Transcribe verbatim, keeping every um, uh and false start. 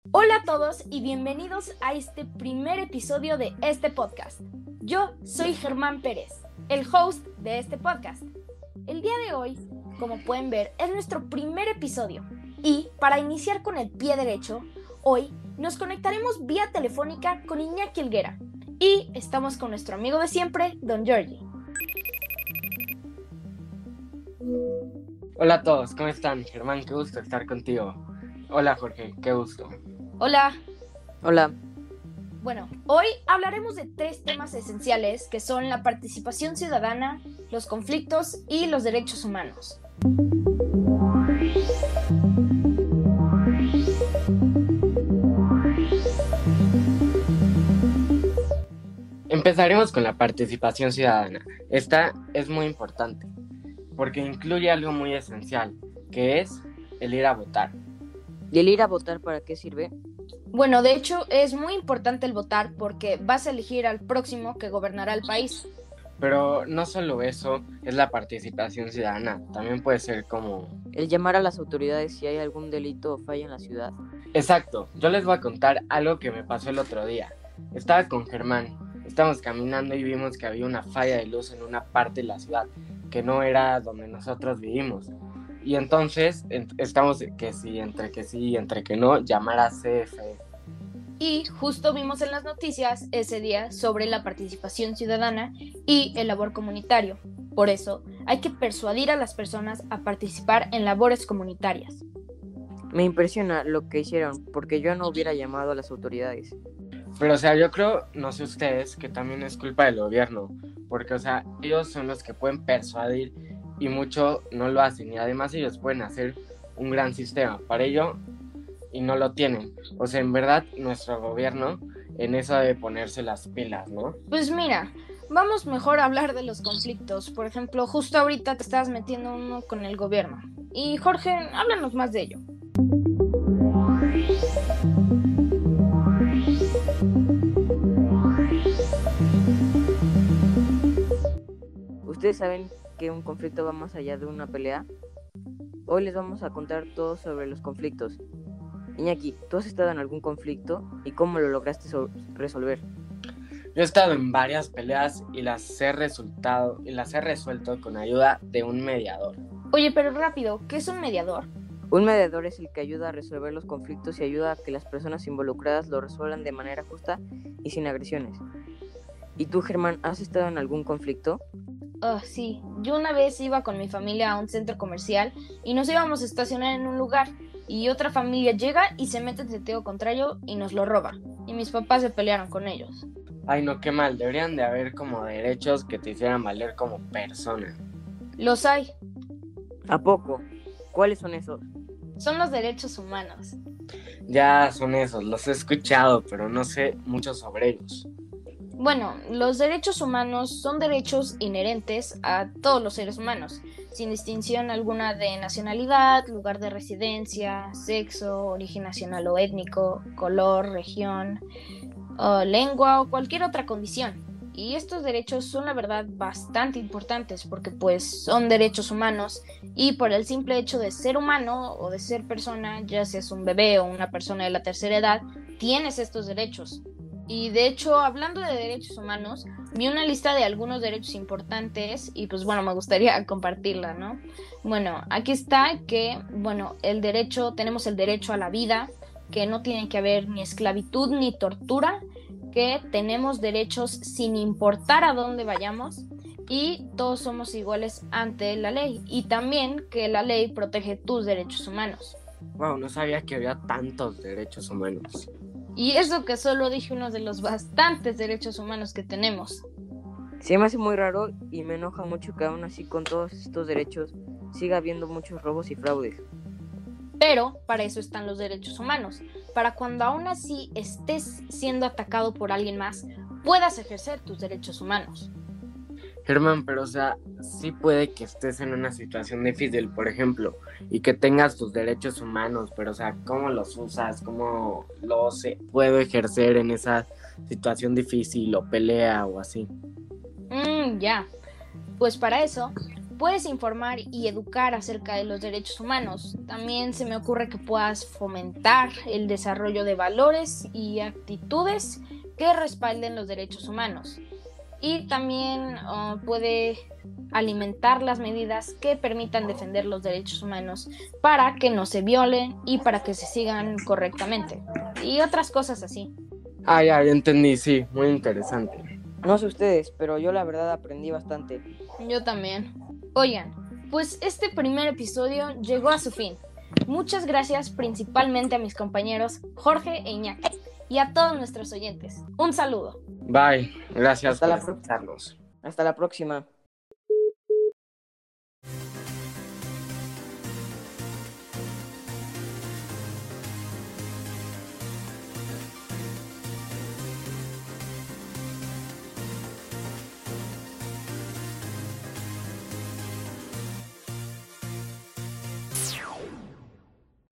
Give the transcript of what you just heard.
Hola a todos y bienvenidos a este primer episodio de este podcast. Yo soy Germán Pérez, el host de este podcast. El día de hoy, como pueden ver, es nuestro primer episodio y para iniciar con el pie derecho, hoy nos conectaremos vía telefónica con Iñaki Helguera y estamos con nuestro amigo de siempre, Don Georgie. Hola a todos, ¿cómo están? Germán, qué gusto estar contigo. Hola Jorge, qué gusto. Hola. Hola. Bueno, hoy hablaremos de tres temas esenciales que son la participación ciudadana, los conflictos y los derechos humanos. Empezaremos con la participación ciudadana. Esta es muy importante porque incluye algo muy esencial, que es el ir a votar. ¿Y el ir a votar para qué sirve? Bueno, de hecho es muy importante el votar porque vas a elegir al próximo que gobernará el país. Pero no solo eso es la participación ciudadana, también puede ser como... El llamar a las autoridades si hay algún delito o falla en la ciudad. Exacto, yo les voy a contar algo que me pasó el otro día. Estaba con Germán, estábamos caminando y vimos que había una falla de luz en una parte de la ciudad, que no era donde nosotros vivimos. Y entonces estamos que sí, entre que sí y entre que no, llamar a C F E. Y justo vimos en las noticias ese día sobre la participación ciudadana y el labor comunitario. Por eso, hay que persuadir a las personas a participar en labores comunitarias. Me impresiona lo que hicieron, porque yo no hubiera llamado a las autoridades. Pero, o sea, yo creo, no sé ustedes, que también es culpa del gobierno, porque, o sea, ellos son los que pueden persuadir y mucho no lo hacen, y además ellos pueden hacer un gran sistema para ello y no lo tienen. O sea, en verdad, nuestro gobierno en eso debe ponerse las pilas, ¿no? Pues mira, vamos mejor a hablar de los conflictos. Por ejemplo, justo ahorita te estás metiendo uno con el gobierno. Y Jorge, háblanos más de ello. ¿Ustedes saben que un conflicto va más allá de una pelea? Hoy les vamos a contar todo sobre los conflictos. Iñaki, ¿tú has estado en algún conflicto y cómo lo lograste so- resolver? Yo he estado en varias peleas y las he resultado y las he resuelto con ayuda de un mediador. Oye, pero rápido, ¿qué es un mediador? Un mediador es el que ayuda a resolver los conflictos y ayuda a que las personas involucradas lo resuelvan de manera justa y sin agresiones. ¿Y tú, Germán, has estado en algún conflicto? Oh, sí, yo una vez iba con mi familia a un centro comercial y nos íbamos a estacionar en un lugar y otra familia llega y se mete en sentido contrario y nos lo roba. Y mis papás se pelearon con ellos. Ay, no, qué mal. Deberían de haber como derechos que te hicieran valer como persona. Los hay. ¿A poco? ¿Cuáles son esos? Son los derechos humanos. Ya son esos, los he escuchado, pero no sé mucho sobre ellos. Bueno, los derechos humanos son derechos inherentes a todos los seres humanos, sin distinción alguna de nacionalidad, lugar de residencia, sexo, origen nacional o étnico, color, región, uh, lengua o cualquier otra condición. Y estos derechos son la verdad bastante importantes porque pues son derechos humanos y por el simple hecho de ser humano o de ser persona, ya seas un bebé o una persona de la tercera edad, tienes estos derechos. Y de hecho, hablando de derechos humanos, vi una lista de algunos derechos importantes y pues bueno, me gustaría compartirla, ¿no? Bueno, aquí está que, bueno, el derecho, tenemos el derecho a la vida, que no tiene que haber ni esclavitud ni tortura, que tenemos derechos sin importar a dónde vayamos y todos somos iguales ante la ley y también que la ley protege tus derechos humanos. Wow, no sabía que había tantos derechos humanos. Y eso que solo dije uno de los bastantes derechos humanos que tenemos. Se me hace muy raro y me enoja mucho que aún así con todos estos derechos siga habiendo muchos robos y fraudes. Pero para eso están los derechos humanos, para cuando aún así estés siendo atacado por alguien más, puedas ejercer tus derechos humanos. Germán, pero o sea, sí puede que estés en una situación difícil, por ejemplo, y que tengas tus derechos humanos, pero o sea, ¿cómo los usas? ¿Cómo los puedo ejercer en esa situación difícil o pelea o así? Mm, ya, pues para eso puedes informar y educar acerca de los derechos humanos. También se me ocurre que puedas fomentar el desarrollo de valores y actitudes que respalden los derechos humanos. Y también uh, puede alimentar las medidas que permitan defender los derechos humanos para que no se violen y para que se sigan correctamente. Y otras cosas así. Ah, ya, ya entendí, sí, muy interesante. No sé ustedes, pero yo la verdad aprendí bastante. Yo también. Oigan, pues este primer episodio llegó a su fin. Muchas gracias principalmente a mis compañeros Jorge e Iñaki y a todos nuestros oyentes. Un saludo. Bye, gracias Hasta por la pro- escucharnos. Hasta la próxima.